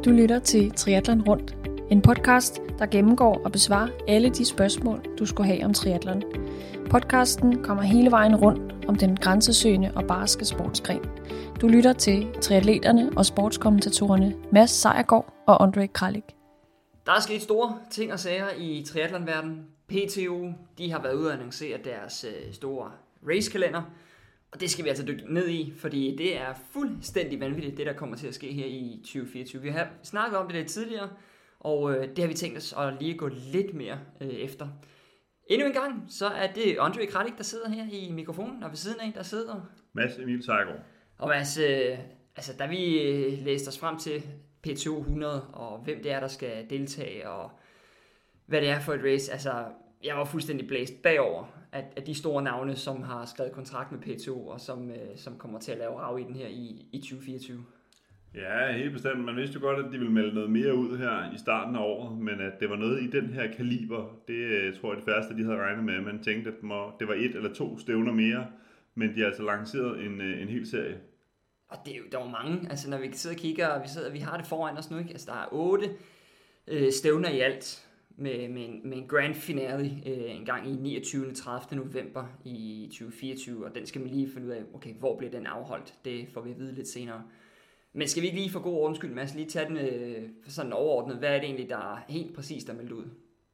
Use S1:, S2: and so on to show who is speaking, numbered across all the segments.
S1: Du lytter til Triathlon Rundt, en podcast, der gennemgår og besvarer alle de spørgsmål, du skulle have om triathlon. Podcasten kommer hele vejen rundt om den grænsesøgende og barske sportsgren. Du lytter til triatleterne og sportskommentatorerne Mads Sejergaard og Andre Kralik.
S2: Der er sket store ting og sager i triathlonverdenen. PTO, de har været ude at annoncere deres store racekalender. Og det skal vi altså dykke ned i, fordi det er fuldstændig vanvittigt, det der kommer til at ske her i 2024. Vi har snakket om det lidt tidligere, og det har vi tænkt os at lige gå lidt mere efter. Endnu en gang, så er det Andre Kralik, der sidder her i mikrofonen, og ved siden af, der sidder
S3: Mads Emil Sejergaard.
S2: Og Mads, da vi læste os frem til PTO 100, og hvem det er, der skal deltage, og hvad det er for et race, jeg var fuldstændig blæst bagover at de store navne, som har skrevet kontrakt med PTO, og som kommer til at lave rav i den her i 2024.
S3: Ja, helt bestemt. Man vidste jo godt, at de ville melde noget mere ud her i starten af året, men at det var noget i den her kaliber, det tror jeg de færreste, de havde regnet med. Man tænkte, at det var 1 eller 2 stævner mere, men de har altså lanceret en hel serie.
S2: Og der var mange, når vi sidder og kigger, vi har det foran os nu, ikke? Der er 8 stævner i alt, med en grand finale en gang i 29. 30. november i 2024, og den skal man lige finde ud af, okay, hvor bliver den afholdt? Det får vi at vide lidt senere. Men skal vi ikke lige for god ordens skyld, Mads, lige tage den sådan overordnet? Hvad er det egentlig, der er helt præcist, der er meldt ud?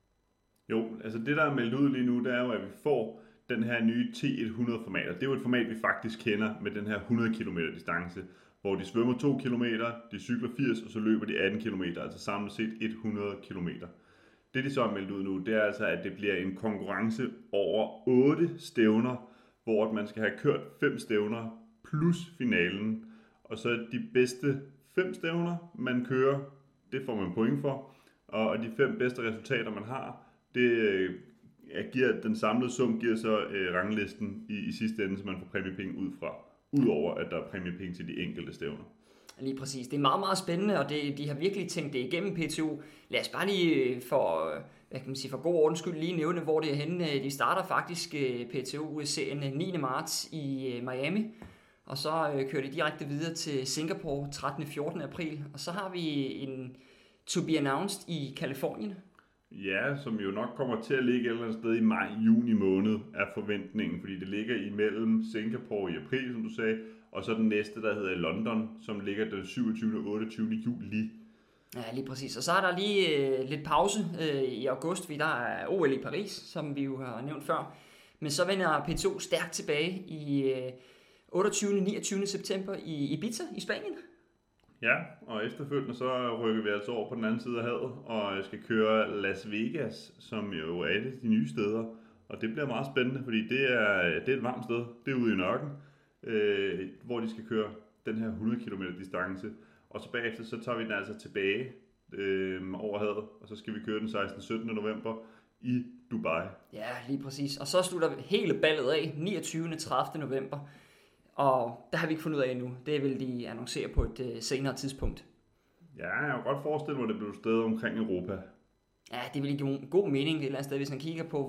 S3: Jo, det der er meldt ud lige nu, det er jo, at vi får den her nye T100-format. Det er jo et format, vi faktisk kender med den her 100 km distance, hvor de svømmer 2 km, de cykler 80, og så løber de 18 km, altså samlet set 100 km. Det, de så har meldt ud nu, det er altså, at det bliver en konkurrence over 8 stævner, hvor man skal have kørt 5 stævner plus finalen. Og så de bedste 5 stævner, man kører, det får man point for. Og de 5 bedste resultater, man har, det giver den samlede sum, giver så ranglisten i sidste ende, så man får præmiepenge ud fra. Udover at der er præmiepenge til de enkelte stævner.
S2: Lige præcis. Det er meget, meget spændende, og de har virkelig tænkt det igennem PTO. Lad os bare lige for god ordens skyld lige nævne, hvor det er henne. De starter faktisk PTO-serien 9. marts i Miami, og så kører de direkte videre til Singapore 13. 14. april, og så har vi en to be announced i Kalifornien.
S3: Ja, som jo nok kommer til at ligge et eller andet sted i maj-juni måned er forventningen, fordi det ligger imellem Singapore i april, som du sagde, og så den næste, der hedder London, som ligger den 27. og 28. juli.
S2: Ja, lige præcis. Og så er der lige lidt pause i august, fordi der er OL i Paris, som vi jo har nævnt før. Men så vender PTO stærkt tilbage i 28. og 29. september i Ibiza i Spanien.
S3: Ja, og efterfølgende så rykker vi altså over på den anden side af havet og skal køre Las Vegas, som jo er et af de nye steder. Og det bliver meget spændende, fordi det er et varmt sted. Det er ude i nørken, hvor de skal køre den her 100 km distance. Og så bagefter så tager vi den altså tilbage over havet, og så skal vi køre den 16. 17. november i Dubai.
S2: Ja, lige præcis. Og så slutter hele ballet af 29. 30. november. Og der har vi ikke fundet ud af endnu. Det vil de annoncere på et senere tidspunkt.
S3: Ja, jeg kan godt forestille mig, at det bliver et sted omkring Europa.
S2: Ja, det vil give god mening et eller andet sted, hvis man kigger på,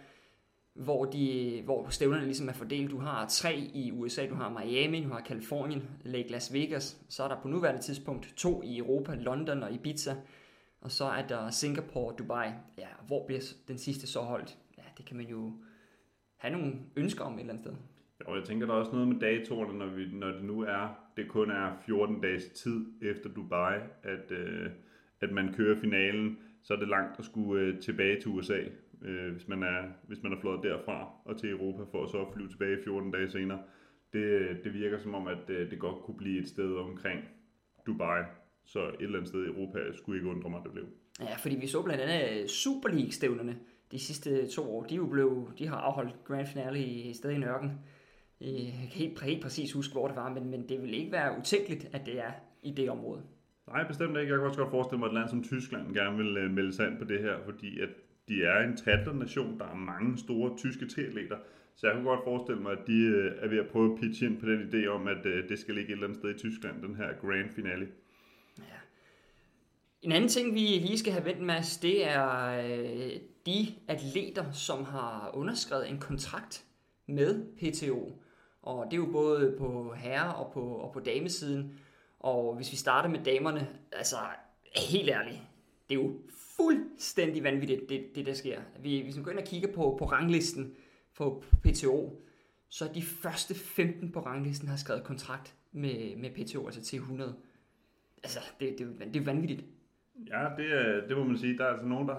S2: hvor stævnerne ligesom er fordelt. Du har 3 i USA, du har Miami, du har Kalifornien, Lake Las Vegas. Så er der på nuværende tidspunkt 2 i Europa, London og Ibiza. Og så er der Singapore og Dubai. Ja, hvor bliver den sidste så holdt? Ja, det kan man jo have nogle ønsker om et eller andet sted.
S3: Og jeg tænker, der er også noget med datoerne, når det nu det kun er 14 dages tid efter Dubai, at man kører finalen, så er det langt at skulle tilbage til USA, hvis man er fløjet derfra og til Europa for at så flyve tilbage 14 dage senere. Det virker som om, at det godt kunne blive et sted omkring Dubai, så et eller andet sted i Europa skulle ikke undre mig, at det blev.
S2: Ja, fordi vi så blandt andet Super League-stævnerne de sidste 2 år. De har afholdt grand finale i stedet i nørken. Jeg kan helt præcis huske, hvor det var, men det vil ikke være utænkeligt, at det er i det område.
S3: Nej, bestemt ikke. Jeg kan også godt forestille mig, at et land som Tyskland gerne vil melde sig ind på det her, fordi at de er en triathlon-nation. Der er mange store tyske triatleter, så jeg kunne godt forestille mig, at de er ved at prøve at pitche ind på den idé om, at det skal ligge et eller andet sted i Tyskland, den her grand finale.
S2: Ja. En anden ting, vi lige skal have vendt, Mads, det er de atleter, som har underskrevet en kontrakt med PTO. Og det er jo både på herre- og på damesiden. Og hvis vi starter med damerne, helt ærligt, det er jo fuldstændig vanvittigt, det der sker. Hvis vi går ind og kigger på ranglisten for PTO, så de første 15 på ranglisten har skrevet kontrakt med PTO, altså til 100. Altså, det er vanvittigt.
S3: Ja, det må man sige. Der er altså nogen, der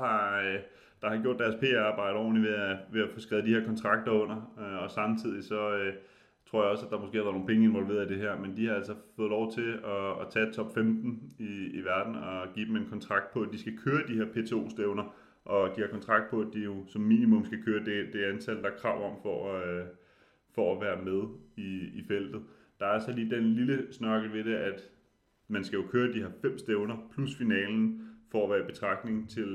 S3: har gjort deres PR-arbejde ordentligt ved at få skrevet de her kontrakter under, og samtidig så tror jeg også, at der måske har været nogle penge involveret i det her, men de har altså fået lov til at tage top 15 i verden og give dem en kontrakt på, at de skal køre de her PTO-stævner, og de har kontrakt på, at de jo som minimum skal køre det antal, der er krav om for at være med i feltet. Der er altså lige den lille snørkel ved det, at man skal jo køre de her 5 stævner plus finalen for at være i betragtning til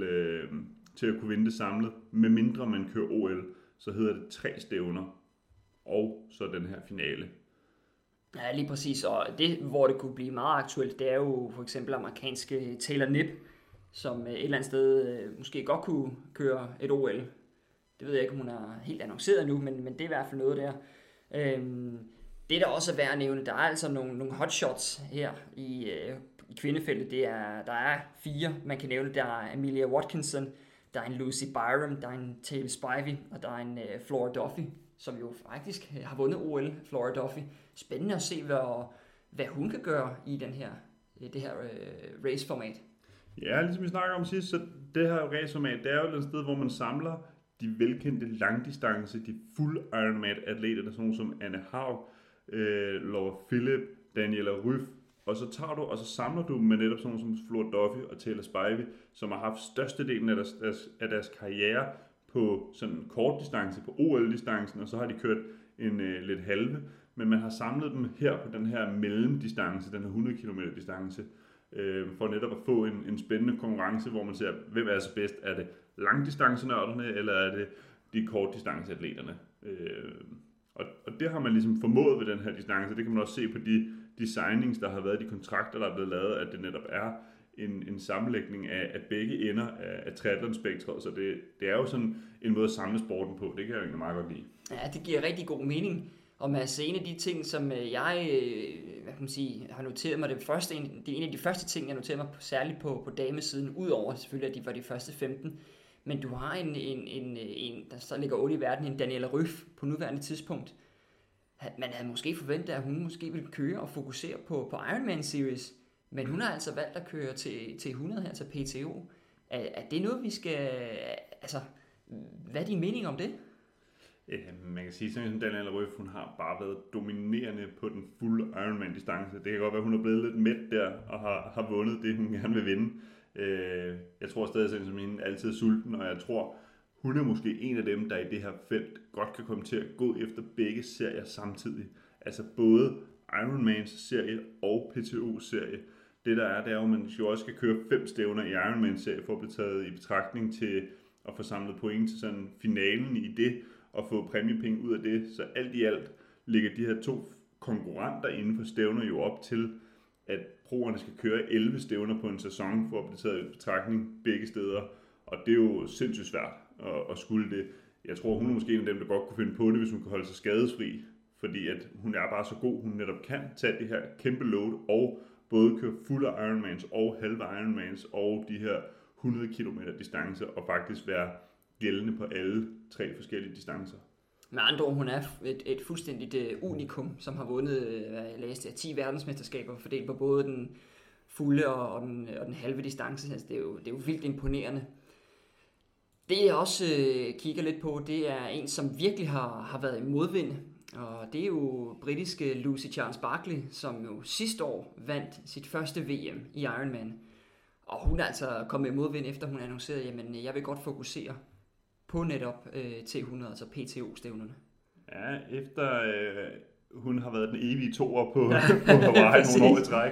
S3: at kunne vinde det samlet. Med mindre man kører OL, så hedder det 3 stævner og så den her finale.
S2: Ja, lige præcis. Og det, hvor det kunne blive meget aktuelt, det er jo for eksempel amerikanske Taylor Knibb, som et eller andet sted måske godt kunne køre et OL. Det ved jeg ikke, om hun er helt annonceret nu, men det er i hvert fald noget der. Det, der også er værd at nævne, der er altså nogle hotshots her i kvindefeltet. Der er 4, man kan nævne. Der er Amelia Watkinson, der er en Lucy Byram, der er en Taylor Spivey, og der er en Flora Duffy, som jo faktisk har vundet OL, Flora Duffy. Spændende at se, hvad hun kan gøre i det her raceformat.
S3: Ja, ligesom vi snakker om sidst, så det her raceformat, det er jo et sted, hvor man samler de velkendte langdistance, de fuld Ironman-atleter, der er sådan som Anne Haug, Laura Philipp, Daniela Ryf, og så tager du, og så samler du med netop sådan som Flora Duffy og Taylor Spivey, som har haft størstedelen af deres karriere på sådan en kort distance, på OL-distancen, og så har de kørt en lidt halve, men man har samlet dem her på den her mellemdistance, den her 100 km distance, for netop at få en spændende konkurrence, hvor man ser, hvem er altså bedst? Er det langdistancenørderne, eller er det de kortdistanceatleterne? Og det har man ligesom formået ved den her distance. Det kan man også se på de signings, der har været, de kontrakter, der er blevet lavet, at det netop er en sammenlægning af begge ender af triathlon-spektret. Så det er jo sådan en måde at samle sporten på. Det kan jeg egentlig meget godt lide.
S2: Ja, det giver rigtig god mening. Og Mads, en af de ting, som jeg har noteret mig, det er en af de første ting, jeg noterede mig særligt på damesiden, udover selvfølgelig, at de var de første 15. Men du har en der så ligger 8 i verden, en Daniela Ryf på nuværende tidspunkt. Man havde måske forventet, at hun måske ville køre og fokusere på Ironman Series, men hun har altså valgt at køre til 100 her, til PTO. Er det noget, vi skal... Altså, hvad er din mening om det?
S3: Man kan sige, sådan som Daniela Ryf, hun har bare været dominerende på den fulde Ironman-distance. Det kan godt være, hun er blevet lidt mæt der og har vundet det, hun gerne vil vinde. Jeg tror stadig, at hun er altid sulten, og jeg tror, hun er måske en af dem, der i det her felt godt kan komme til at gå efter begge serier samtidig. Altså både Ironmans serie og PTO's serie. Det der er, det er jo, at man jo også skal køre 5 stævner i Ironman-serie for at blive taget i betragtning til at få samlet point til sådan finalen i det, og få præmiepenge ud af det. Så alt i alt ligger de her 2 konkurrenter inden for stævner jo op til, at proerne skal køre 11 stævner på en sæson for at blive taget i betragtning begge steder. Og det er jo sindssygt svært at skulle det. Jeg tror, hun er måske en af dem, der godt kunne finde på det, hvis hun kan holde sig skadesfri. Fordi at hun er bare så god, hun netop kan tage det her kæmpe load og både køre fulde Ironmans og halve Ironmans og de her 100 km distancer og faktisk være gældende på alle 3 forskellige distancer.
S2: Med andre ord, hun er et fuldstændigt unikum, som har vundet, jeg læste, 10 verdensmesterskaber fordelt på både den fulde og den halve distance. Altså, det er jo vildt imponerende. Det jeg også kigger lidt på, det er en, som virkelig har været i modvind. Og det er jo britiske Lucy Charles-Barclay, som jo sidste år vandt sit første VM i Ironman. Og hun er altså kommet i modvind, efter hun annoncerede, jamen jeg vil godt fokusere på netop T100, altså PTO-stævnerne.
S3: Ja, efter hun har været den evige toer på Hawaii nogle år i træk,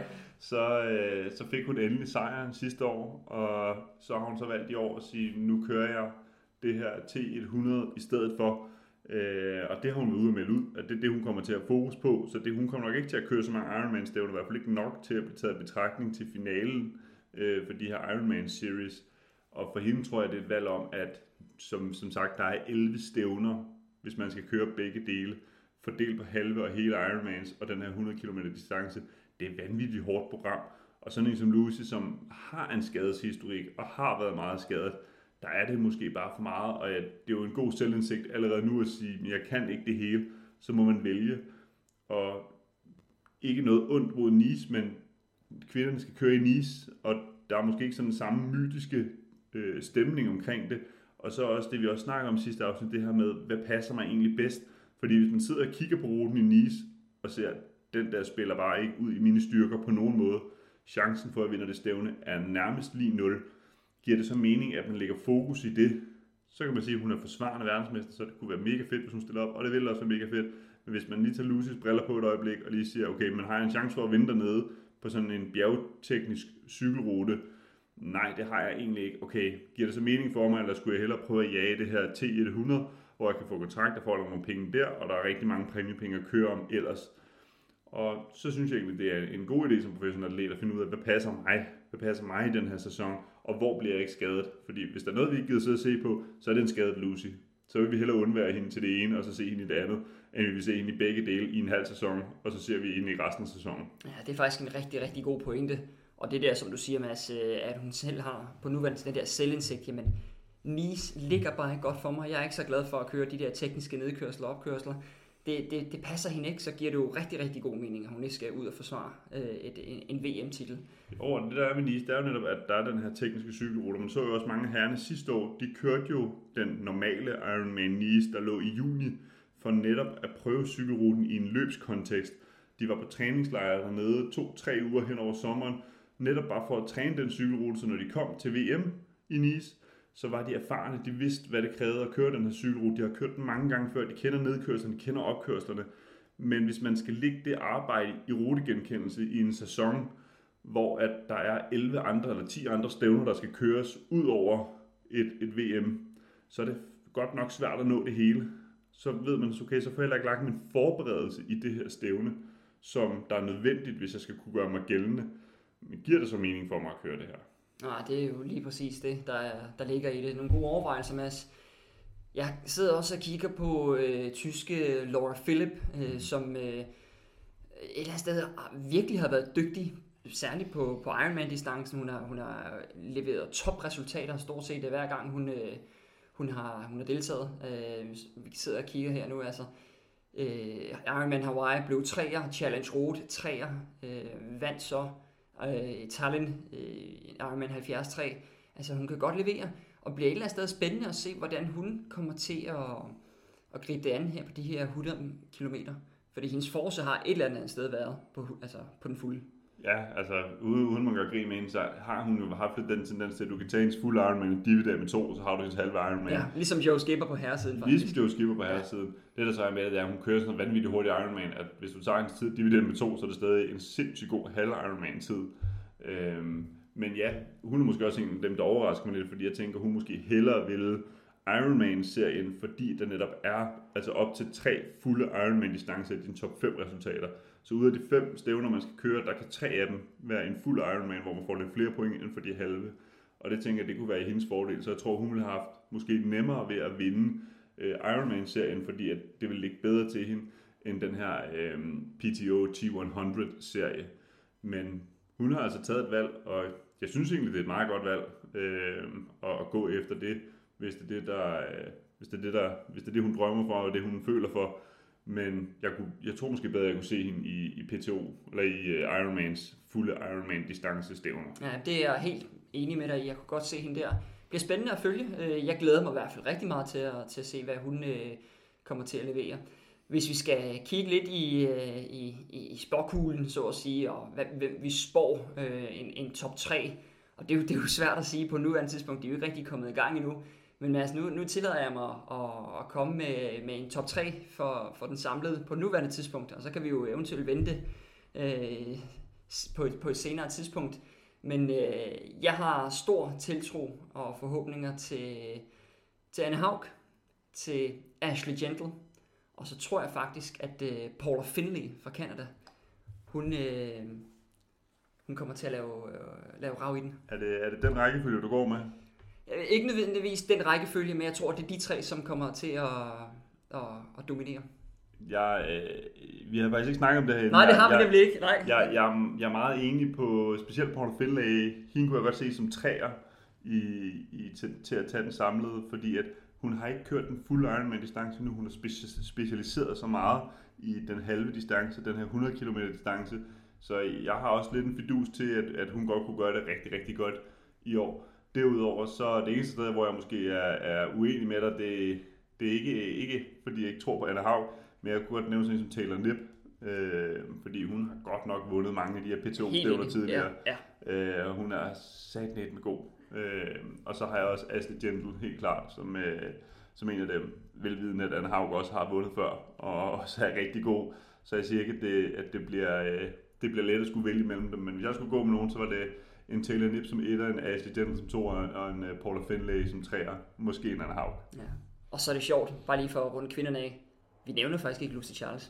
S3: så fik hun endelig sejren sidste år, og så har hun så valgt i år at sige, nu kører jeg det her T100 i stedet for. Og det har hun ude at melde ud, at det er det, hun kommer til at fokus på. Så hun kommer nok ikke til at køre så mange Ironman-stævner, i hvert fald ikke nok til at blive taget i betragtning til finalen for de her Ironman Series. Og for hende tror jeg, det er et valg om, at som sagt, der er 11 stævner, hvis man skal køre begge dele, fordelt på halve og hele Ironmans og den her 100 km distance. Det er et vanvittigt hårdt program, Og sådan en som Lucy, som har en skadeshistorik og har været meget skadet, der er det måske bare for meget, og det er jo en god selvindsigt allerede nu at sige, at jeg kan ikke det hele, så må man vælge. Og ikke noget ondt mod Nice, men kvinderne skal køre i Nice, og der er måske ikke sådan den samme mytiske stemning omkring det. Og så også det, vi også snakker om sidste afsnit, det her med, hvad passer mig egentlig bedst? Fordi hvis man sidder og kigger på ruten i Nice, og ser, at den der spiller bare ikke ud i mine styrker på nogen måde, chancen for at vinde det stævne er nærmest lige 0. Giver det så mening, at man lægger fokus i det, så kan man sige, at hun er forsvarende verdensmester, så det kunne være mega fedt, hvis hun stiller op, og det ville også være mega fedt. Men hvis man lige tager Lucys briller på et øjeblik, og lige siger, okay, man har en chance for at vinde dernede på sådan en bjergteknisk cykelrute, nej, det har jeg egentlig ikke. Okay, giver det så mening for mig, eller skulle jeg hellere prøve at jage det her T100, hvor jeg kan få kontrakt og få nogle penge der, og der er rigtig mange præmiepenge at køre om ellers. Og så synes jeg egentlig, det er en god idé som professionel atlet at finde ud af, hvad passer mig i den her sæson, og hvor bliver jeg ikke skadet. Fordi hvis der er noget, vi ikke gider sidde og se på, så er det en skadet Lucy. Så vil vi hellere undvære hende til det ene, og så se hende i det andet, end vi vil se hende i begge dele i en halv sæson, og så ser vi hende i resten af sæsonen.
S2: Ja, det er faktisk en rigtig, rigtig god pointe. Og det der, som du siger, Mads, at hun selv har på nuværende den der selvindsigt, jamen Nice ligger bare ikke godt for mig. Jeg er ikke så glad for at køre de der tekniske nedkørsler og opkørsler. Det passer hende ikke, så giver det jo rigtig, rigtig god mening, at hun ikke skal ud og forsvare en VM-titel.
S3: Og det der er med Nice, det er jo netop, at der er den her tekniske cykelrute. Man så jo også mange herrerne sidste år, de kørte jo den normale Ironman Nice, der lå i juni, for netop at prøve cykelruten i en løbskontekst. De var på træningslejre dernede 2-3 uger hen over sommeren, netop bare for at træne den cykelrute, så når de kom til VM i Nice, så var de erfarne, de vidste, hvad det krævede at køre den her cykelrute. De har kørt den mange gange før, de kender nedkørslerne, de kender opkørslerne. Men hvis man skal lægge det arbejde i rutegenkendelse i en sæson, hvor at der er 11 andre eller 10 andre stævner, der skal køres ud over et VM, så er det godt nok svært at nå det hele. Så ved man, okay, så får jeg heller ikke lagt min forberedelse i det her stævne, som der er nødvendigt, hvis jeg skal kunne gøre mig gældende. Men giver det så mening for mig at køre det her?
S2: Nej, det er jo lige præcis det, der ligger i det. Nogle gode overvejelser, Mads. Jeg sidder også og kigger på tyske Laura Philipp, som et eller andet sted virkelig har været dygtig, særligt på Ironman-distancen. Hun har leveret topresultater stort set hver gang hun har deltaget. Vi sidder og kigger her nu, altså. Ironman Hawaii blev 3'er, Challenge Road 3'er, vandt så Tallinn Ironman 73. Altså hun kan godt levere, og bliver et eller andet sted spændende at se, hvordan hun kommer til at gribe det an her på de her 100 kilometer. Fordi hendes force har et eller andet sted været på den fulde.
S3: Ja, altså uden man gør grin med hende, så har hun jo haft den tendens til, at du kan tage hendes fulde Ironman og dividere med 2, så har du hendes halve Ironman.
S2: Ja, ligesom Joe Skipper på herresiden faktisk.
S3: Ligesom Joe Skipper på herresiden. Ja. Det der så er med, det er, at hun kører sådan en vanvittigt hurtig Ironman, at hvis du tager hendes tid divideret med 2, så er det stadig en sindssygt god halv Ironman-tid. Men ja, hun er måske også en af dem, der overrasker mig lidt, fordi jeg tænker, hun måske hellere ville Ironman-serien, fordi der netop er altså op til 3 fulde Ironman-distancer i dine top 5 resultater. Så ud af de 5 stævner, man skal køre, der kan 3 af dem være en fuld Ironman, hvor man får lidt flere point end for de halve. Og det tænker jeg, det kunne være i hendes fordel. Så jeg tror, hun ville have haft måske nemmere ved at vinde Ironman-serien, fordi at det ville ligge bedre til hende end den her PTO T100-serie. Men hun har altså taget et valg, og jeg synes egentlig, det er et meget godt valg at gå efter det, hvis det er det, hun drømmer for, og det, hun føler for. Men jeg tror måske bedre, at jeg kunne se hende i PTO, eller i Ironmans fulde Ironman-distance-stævner.
S2: Ja, det er jeg helt enig med dig i. Jeg kunne godt se hende der. Det bliver spændende at følge. Jeg glæder mig i hvert fald rigtig meget til at se, hvad hun kommer til at levere. Hvis vi skal kigge lidt i spåkuglen, så at sige, og hvem vi spår en top 3, og det er jo svært at sige på nuværende tidspunkt, de er jo ikke rigtig kommet i gang endnu. Men altså, nu tillader jeg mig at komme med en top 3 for den samlede på nuværende tidspunkt, og så kan vi jo eventuelt vente på et senere tidspunkt. Men jeg har stor tiltro og forhåbninger til Anne Haug, til Ashley Gentle, og så tror jeg faktisk, at Paula Findlay fra Canada, hun kommer til at lave rav i den.
S3: Er det den rækkefølge, du går med?
S2: Ikke nødvendigvis den rækkefølge, men jeg tror, det er de 3, som kommer til at dominere.
S3: Vi har faktisk ikke snakket om det her.
S2: Nej, det har vi nemlig ikke. Nej.
S3: Jeg er meget enig på, specielt Paula Findlay. Hende kunne jeg godt se som træer til at tage den samlede, fordi at hun har ikke kørt den fulde Ironman-distance nu. Hun har specialiseret så meget i den halve distance, den her 100 km distance. Så jeg har også lidt en fidus til, at hun godt kunne gøre det rigtig, rigtig godt i år. Derudover så det eneste sted, hvor jeg måske er uenig med dig, det er ikke fordi jeg ikke tror på Anna Haug, men jeg kunne godt nævne sådan som Taylor Knibb, fordi hun har godt nok vundet mange af de her PTO-stævner tidligere. Ja. Hun er satnet med god. Og så har jeg også Ashley Gentle helt klart, som en af dem, velvidende at Anna Haug også har vundet før, og også er rigtig god. Så jeg siger ikke, at det bliver let at skulle vælge mellem dem, men hvis jeg skulle gå med nogen, så var det en Taylor Knibb som etter, en Ashley Gentle som toer, og en Paula Findlay som treer, måske en Anna Haug.
S2: Ja. Og så er det sjovt, bare lige for at runde kvinderne af. Vi nævner faktisk ikke Lucy Charles.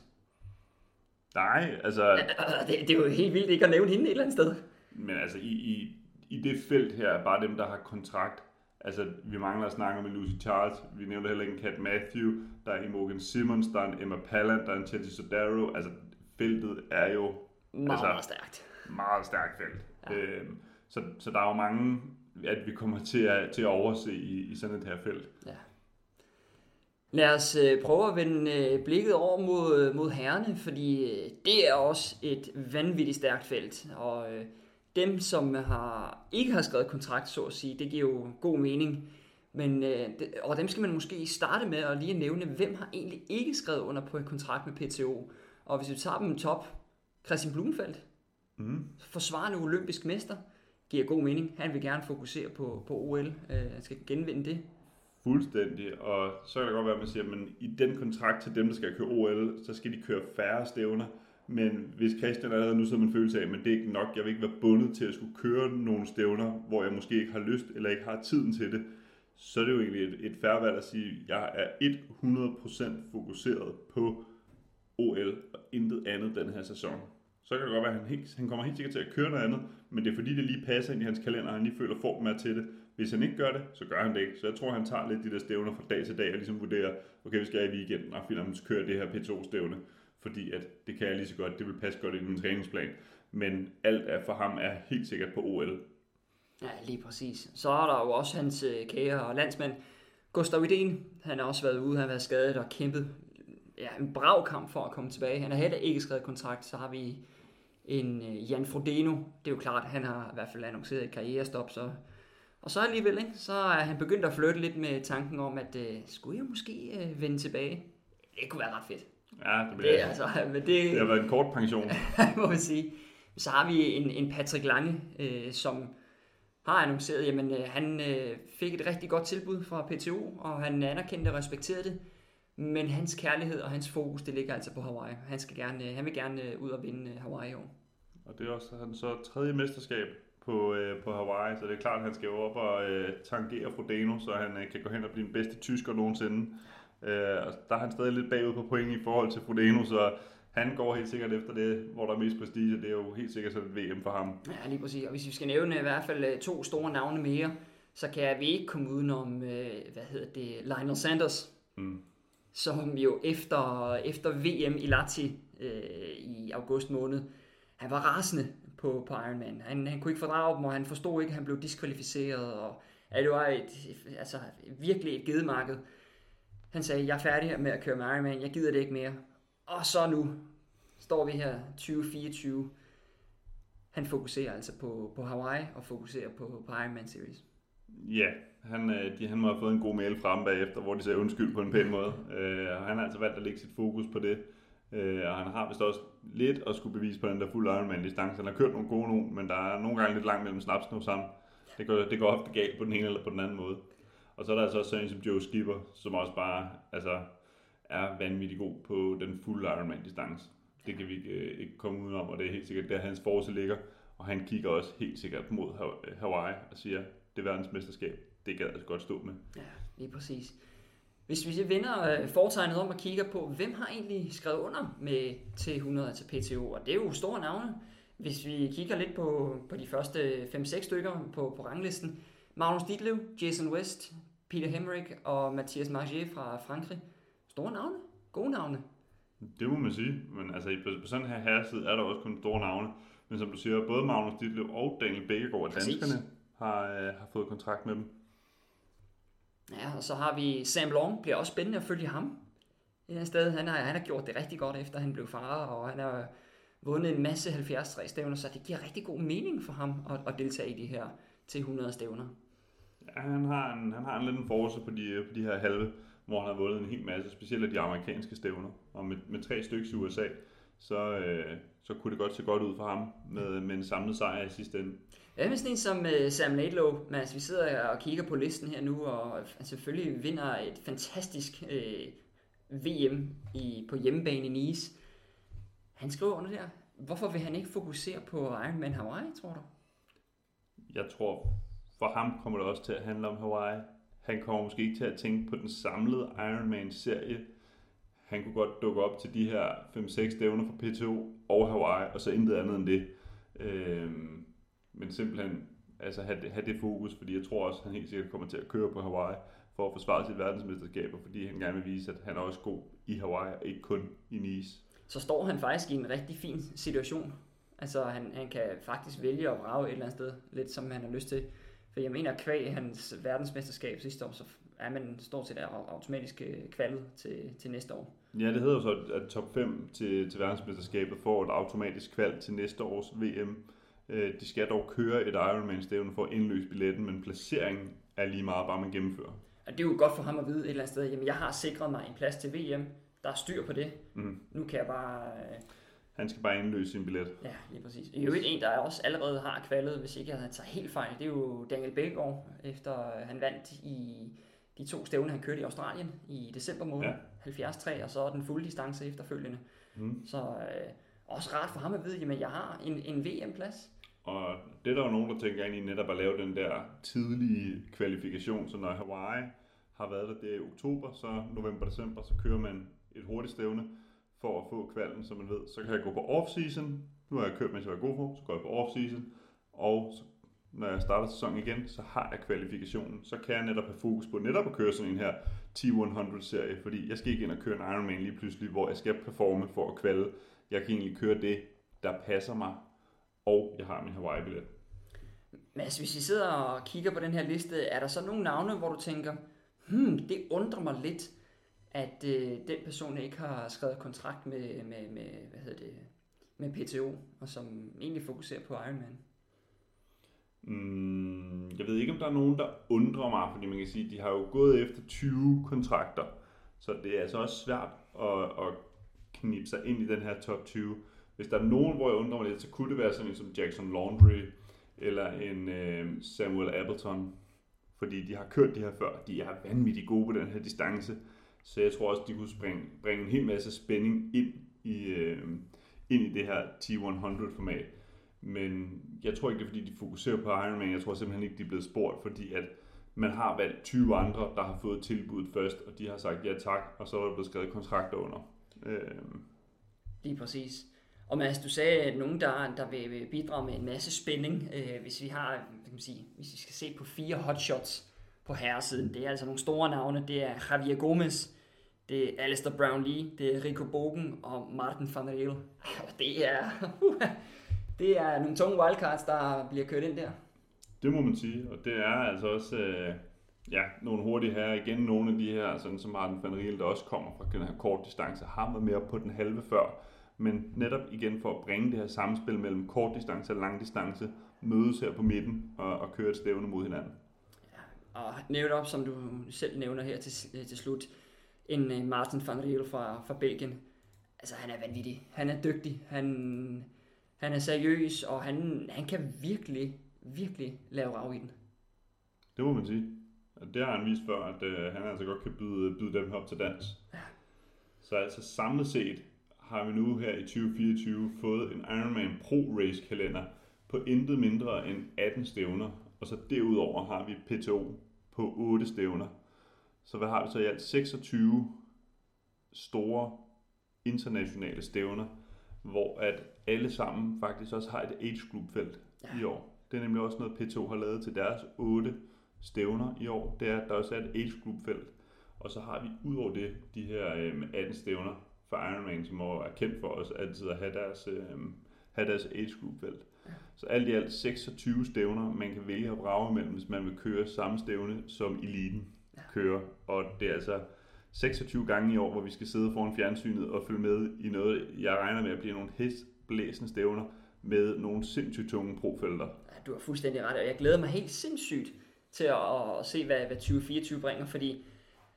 S3: Nej, altså...
S2: Det er jo helt vildt ikke at nævne hende et eller andet sted.
S3: Men altså, i det felt her er bare dem, der har kontrakt. Altså, vi mangler at snakke med Lucy Charles. Vi nævner heller ikke en Kat Matthew. Der er Imogen Simmons, der er en Emma Pallant, der er en Teddy Sodaro. Altså, feltet er jo...
S2: Meget stærkt.
S3: Meget stærkt felt. Ja. Så der er jo mange, at vi kommer til at overse i sådan et her felt. Ja.
S2: Lad os prøve at vende blikket over mod herrene, fordi det er også et vanvittigt stærkt felt, og dem, som ikke har skrevet kontrakt, så at sige, det giver jo god mening, men, og dem skal man måske starte med at lige nævne, hvem har egentlig ikke skrevet under på en kontrakt med PTO, og hvis vi tager dem top, Christian Blumenfeldt, forsvarende olympisk mester, giver god mening, han vil gerne fokusere på OL, han skal genvinde det.
S3: Fuldstændig, og så kan det godt være, at man siger, at i den kontrakt til dem, der skal køre OL, så skal de køre færre stævner. Men hvis Christian allerede nu sidder man følelse af, men det er ikke nok, jeg vil ikke være bundet til at skulle køre nogle stævner, hvor jeg måske ikke har lyst eller ikke har tiden til det, så er det jo egentlig et fair valg at sige, at jeg er 100% fokuseret på OL og intet andet den her sæson. Så kan det godt være, at han kommer helt sikkert til at køre noget andet, men det er fordi, det lige passer ind i hans kalender, og han lige føler formen er til det. Hvis han ikke gør det, så gør han det ikke. Så jeg tror, han tager lidt de der stævner fra dag til dag og ligesom vurderer, okay, vi skal i weekenden, og finder, at kører det her P2-stævne, fordi at det kan jeg lige så godt, det vil passe godt i min træningsplan. Men alt for ham er helt sikkert på OL.
S2: Ja, lige præcis. Så er der jo også hans kære og landsmand, Gustav Idén. Han har også været ude, han har været skadet og kæmpet en brav kamp for at komme tilbage. Han har heller ikke skrevet kontrakt. Så har vi en Jan Frodeno. Det er jo klart, han har i hvert fald annonceret et karrierestop, og så alligevel, ikke? Så er han begyndt at flytte lidt med tanken om, at skulle jeg måske vende tilbage? Det kunne være ret fedt.
S3: Ja, det har været en kort pension.
S2: Må man sige. Så har vi en Patrick Lange, som har annonceret, jamen han fik et rigtig godt tilbud fra PTO, og han anerkendte og respekterede det. Men hans kærlighed og hans fokus, det ligger altså på Hawaii. Han vil gerne ud og vinde Hawaii i år.
S3: Og det er også hans så tredje mesterskab på Hawaii, så det er klart, at han skal jo op og tangere Frodeno, så han kan gå hen og blive den bedste tysker nogensinde. Og der er han stadig lidt bagud på point i forhold til Frodeno, så han går helt sikkert efter det, hvor der er mest prestige. Det er jo helt sikkert sådan et VM for ham.
S2: Ja, lige præcis. Og hvis vi skal nævne i hvert fald 2 store navne mere, så kan vi ikke komme udenom, Lionel Sanders, som jo efter VM i Lahti i august måned, han var rasende på Ironman. Han kunne ikke fordrage dem, og han forstod ikke, at han blev diskvalificeret, og at det var virkelig et gedemarked. Han sagde, jeg er færdig med at køre med Ironman, jeg gider det ikke mere. Og så nu står vi her 2024. Han fokuserer altså på Hawaii og fokuserer på Ironman Series.
S3: Ja, han må have fået en god mail frem bagefter, hvor de sagde undskyld på en pæn måde. Han har altså valgt at lægge sit fokus på det. Og han har vist også lidt at skulle bevise på den der fuld Ironman-distance. Han har kørt nogle gode nu, men der er nogle gange lidt langt mellem snaps nu sammen. Det går ofte galt på den ene eller på den anden måde. Og så er der altså også sådan som Joe Skipper, som også bare er vanvittigt god på den fulde Ironman-distance. Det kan vi ikke komme udenom, og det er helt sikkert der hans force ligger. Og han kigger også helt sikkert mod Hawaii og siger, det er verdensmesterskab. Det gad jeg godt stå med.
S2: Ja, lige præcis. Hvis vi vender foretegnet om og kigger på, hvem har egentlig skrevet under med T100 til PTO, og det er jo store navne. Hvis vi kigger lidt på de første 5-6 stykker på ranglisten, Magnus Ditlev, Jason West, Peter Hemmerich og Mathias Margier fra Frankrig. Store navne, gode navne.
S3: Det må man sige, men altså på sådan her herreside er der også kun store navne. Men som du siger, både Magnus Ditlev og Daniel Bækkegaard af danskerne har fået kontrakt med dem.
S2: Ja, og så har vi Sam Long, bliver også spændende at følge ham. I stedet. Han har gjort det rigtig godt, efter han blev far, og han har vundet en masse 73 stævner, så det giver rigtig god mening for ham at deltage i de her T100 stævner.
S3: Ja, han har en lidt en force på de her halve, hvor han har vundet en hel masse, specielt af de amerikanske stævner. Og med 3 stykker i USA, så kunne det godt se godt ud for ham med en samlet sejr i sidste ende.
S2: Ja, men sådan en som Sam Laidlow, men vi sidder og kigger på listen her nu, og selvfølgelig vinder et fantastisk VM på hjemmebane i Nice. Han skriver under der. Hvorfor vil han ikke fokusere på Ironman Hawaii, tror du?
S3: Jeg tror, for ham kommer det også til at handle om Hawaii. Han kommer måske ikke til at tænke på den samlede Ironman-serie. Han kunne godt dukke op til de her 5-6 stævner fra PTO og Hawaii, og så intet andet end det. Men simpelthen altså have det fokus, fordi jeg tror også, at han helt sikkert kommer til at køre på Hawaii for at forsvare sit verdensmesterskaber, fordi han gerne vil vise, at han er også god i Hawaii, og ikke kun i Nice.
S2: Så står han faktisk i en rigtig fin situation. Altså han kan faktisk vælge at vrage et eller andet sted, lidt som han har lyst til. For jeg mener, kvæg hans verdensmesterskab sidste år, så er man stort set automatisk kvalet til næste år.
S3: Ja, det hedder jo så, at top 5 til verdensmesterskabet får et automatisk kval til næste års VM. De skal dog køre et Ironman-stævne for at indløse billetten, men placeringen er lige meget, bare man gennemfører.
S2: Og det er jo godt for ham at vide et eller andet sted, jamen jeg har sikret mig en plads til VM, der er styr på det. Nu kan jeg bare...
S3: Han skal bare indløse sin billet.
S2: Ja, lige præcis. I øvrigt en, der også allerede har kvalet, hvis ikke jeg tager helt fejl, det er jo Daniel Bækkegaard, efter han vandt i de 2 stævner, han kørte i Australien i december måned, 73, og så den fulde distance efterfølgende. Så også rart for ham at vide, jamen jeg har en VM-plads.
S3: Og det er der jo nogen, der tænker ind i netop at lave den der tidlige kvalifikation, så når Hawaii har været der i oktober, så november-december, så kører man et hurtigt stævne for at få kvalden, så man ved, så kan jeg gå på off-season. Nu har jeg kørt, mens jeg var god for, så går jeg på off-season, og så, når jeg starter sæsonen igen, så har jeg kvalifikationen. Så kan jeg netop have fokus på netop at køre sådan en her T100-serie, fordi jeg skal ikke ind og køre en Ironman lige pludselig, hvor jeg skal performe for at kvalde. Jeg kan egentlig køre det, der passer mig, og jeg har min Hawaii-billet.
S2: Mads, hvis I sidder og kigger på den her liste, er der så nogle navne, hvor du tænker, det undrer mig lidt, at den person ikke har skrevet kontrakt med PTO, og som egentlig fokuserer på Ironman?
S3: Jeg ved ikke, om der er nogen, der undrer mig, fordi man kan sige, at de har jo gået efter 20 kontrakter, så det er altså også svært at knibe sig ind i den her top 20. Hvis der er nogen, hvor jeg undrer mig lidt, så kunne det være sådan en som Jackson Laundry, eller en Samuel Appleton, fordi de har kørt de her før. De er vanvittigt gode på den her distance, så jeg tror også, de kunne bringe en hel masse spænding ind i det her T100-format. Men jeg tror ikke, det er, fordi de fokuserer på Ironman. Jeg tror simpelthen ikke, de er blevet spurgt, fordi at man har valgt 20 andre, der har fået tilbuddet først, og de har sagt ja tak, og så er der blevet skrevet kontrakter under.
S2: Lige præcis. Og Mads, du sagde, at nogen, der vil bidrage med en masse spænding, hvis vi har, hvis vi skal se på 4 hotshots på herresiden. Det er altså nogle store navne. Det er Javier Gomez, det er Alistair Brownlee, det er Rico Bogen og Martin van Riel. Det er nogle tunge wildcards, der bliver kørt ind der.
S3: Det må man sige, og det er altså også nogle hurtige her. Igen nogle af de her, sådan som Martin van Riel, der også kommer fra den her kort distance, har været mere på den halve før. Men netop igen for at bringe det her samspil mellem kort distance og lang distance, mødes her på midten og køre et stævne mod hinanden.
S2: Ja, og nævnt op, som du selv nævner her til slut, en Martin van Riel fra Belgien. Altså han er vanvittig, han er dygtig, han er seriøs, og han kan virkelig, virkelig lave rav i den.
S3: Det må man sige. Det har han vist før, at han altså godt kan byde dem op til dans. Ja. Så altså samlet set har vi nu her i 2024 fået en Ironman Pro Race kalender på intet mindre end 18 stævner. Og så derudover har vi PTO på 8 stævner. Så hvad har vi så i alt? 26 store internationale stævner, hvor at alle sammen faktisk også har et age group felt i år. Det er nemlig også noget, PTO har lavet til deres 8 stævner i år. Det er, at der også er et age group felt. Og så har vi ud over det, de her 18 stævner, for Ironman, som er kendt for os altid at have deres age group valgt. Så alt i alt 26 stævner, man kan vælge at brage imellem, hvis man vil køre samme stævne, som eliten kører. Og det er altså 26 gange i år, hvor vi skal sidde foran fjernsynet og følge med i noget, jeg regner med at blive nogle hestblæsende stævner med nogle sindssygt tunge profelter.
S2: Ja, du har fuldstændig ret, og jeg glæder mig helt sindssygt til at se, hvad 2024 bringer, fordi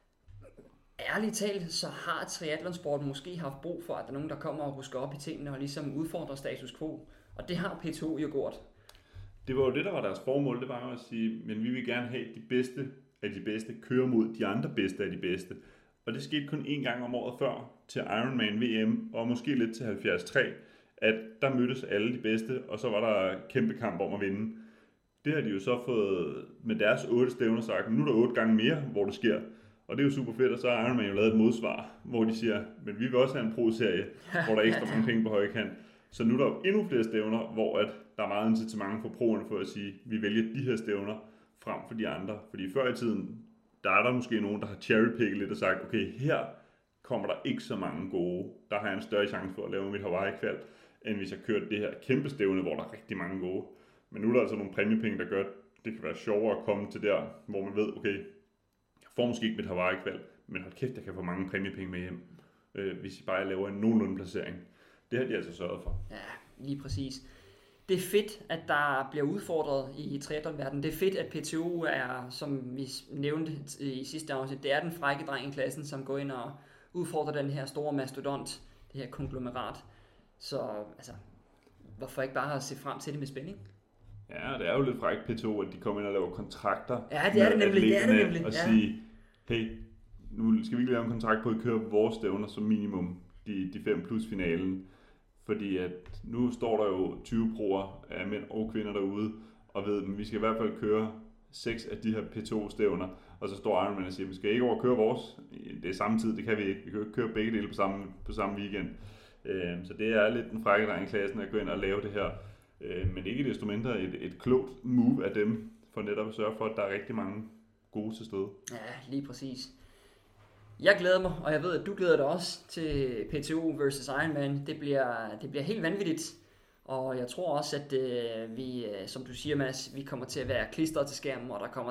S2: ærligt talt, så har triathlonsporten måske haft brug for, at der er nogen, der kommer og husker op i tingene og ligesom udfordrer status quo. Og det har P2 jo gjort.
S3: Det var jo det, der var deres formål, det var jo at sige, men vi vil gerne have de bedste af de bedste køre mod de andre bedste af de bedste. Og det skete kun én gang om året før til Ironman VM, og måske lidt til 73, at der mødtes alle de bedste, og så var der kæmpe kamp om at vinde. Det har de jo så fået med deres 8 stævner sagt, nu er der 8 gange mere, hvor det sker. Og det er jo super fedt, og så har Ironman jo lavet et modsvar, hvor de siger, men vi vil også have en pro-serie, hvor der er ekstra mange penge på højkant. Så nu er der jo endnu flere stævner, hvor at der er meget incitament for proerne for at sige, vi vælger de her stævner frem for de andre. Fordi før i tiden, der er der måske nogen, der har cherrypicket lidt og sagt, okay, her kommer der ikke så mange gode. Der har jeg en større chance for at lave mit Hawaii-kval, end hvis jeg kørte det her kæmpe stævne, hvor der er rigtig mange gode. Men nu er der altså nogle præmiepenge, der gør, at det kan være sjovere at komme til der, hvor man ved, okay, jeg får måske ikke mit Hawaii-kval, men hold kæft, jeg kan få mange præmiepenge med hjem, hvis jeg bare laver en nogenlunde placering. Det har de altså sørget for.
S2: Ja, lige præcis. Det er fedt, at der bliver udfordret i triathlonverdenen. Det er fedt, at PTO er, som vi nævnte i sidste afsnit, det er den frække dreng i klassen, som går ind og udfordrer den her store mastodont, det her konglomerat. Så altså, hvorfor ikke bare se frem til det med spænding?
S3: Ja, det er jo lidt frækt PTO, at de kommer ind og laver kontrakter.
S2: Ja, det er det nemlig.
S3: Og sige, hey, nu skal vi ikke lave en kontrakt på at køre vores stævner som minimum, de 5 plus finalen. Fordi at nu står der jo 20 proer af mænd og kvinder derude, og ved, at vi skal i hvert fald køre 6 af de her P2-stævner, og så står Ironman og siger, vi skal ikke over køre vores, det er samme tid, det kan vi ikke, vi kan jo ikke køre begge dele på samme weekend. Så det er lidt en frække dreng i klassen at gå ind og lave det her, men ikke desto mindre et klogt move af dem, for netop at sørge for, at der er rigtig mange gode til stede.
S2: Ja, lige præcis. Jeg glæder mig, og jeg ved, at du glæder dig også til PTO versus Ironman. Det bliver helt vanvittigt, og jeg tror også, at vi, som du siger, Mads, vi kommer til at være klistret til skærmen, og der kommer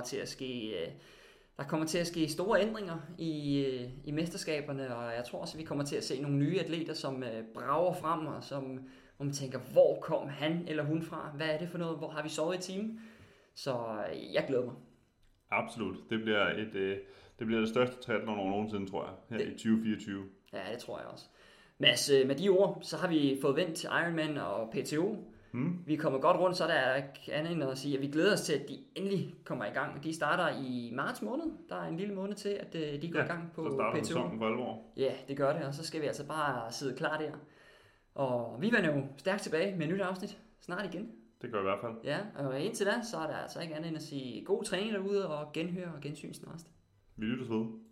S2: til at ske store ændringer i mesterskaberne, og jeg tror også, at vi kommer til at se nogle nye atleter, som brager frem, og som man tænker, hvor kom han eller hun fra? Hvad er det for noget? Hvor har vi sovet i team? Så jeg glæder mig.
S3: Absolut. Det bliver det største triathlon over nogensinde, tror jeg, her i 2024.
S2: Ja, det tror jeg også. Mads, med de ord, så har vi fået vendt til Ironman og PTO. Vi er kommet godt rundt, så der er andet end at sige, at vi glæder os til, at de endelig kommer i gang. De starter i marts måned. Der er en lille måned til, at de går i gang på PTO.
S3: Så starter sæsonen for alvor.
S2: Ja, det gør det, og så skal vi altså bare sidde klar der. Og vi vender jo stærkt tilbage med et nyt afsnit snart igen.
S3: Det gør i hvert fald.
S2: Ja, og indtil da, så er der altså ikke andet end at sige god træning derude, og genhør og gensyn snart.
S3: Vi lyttes ved.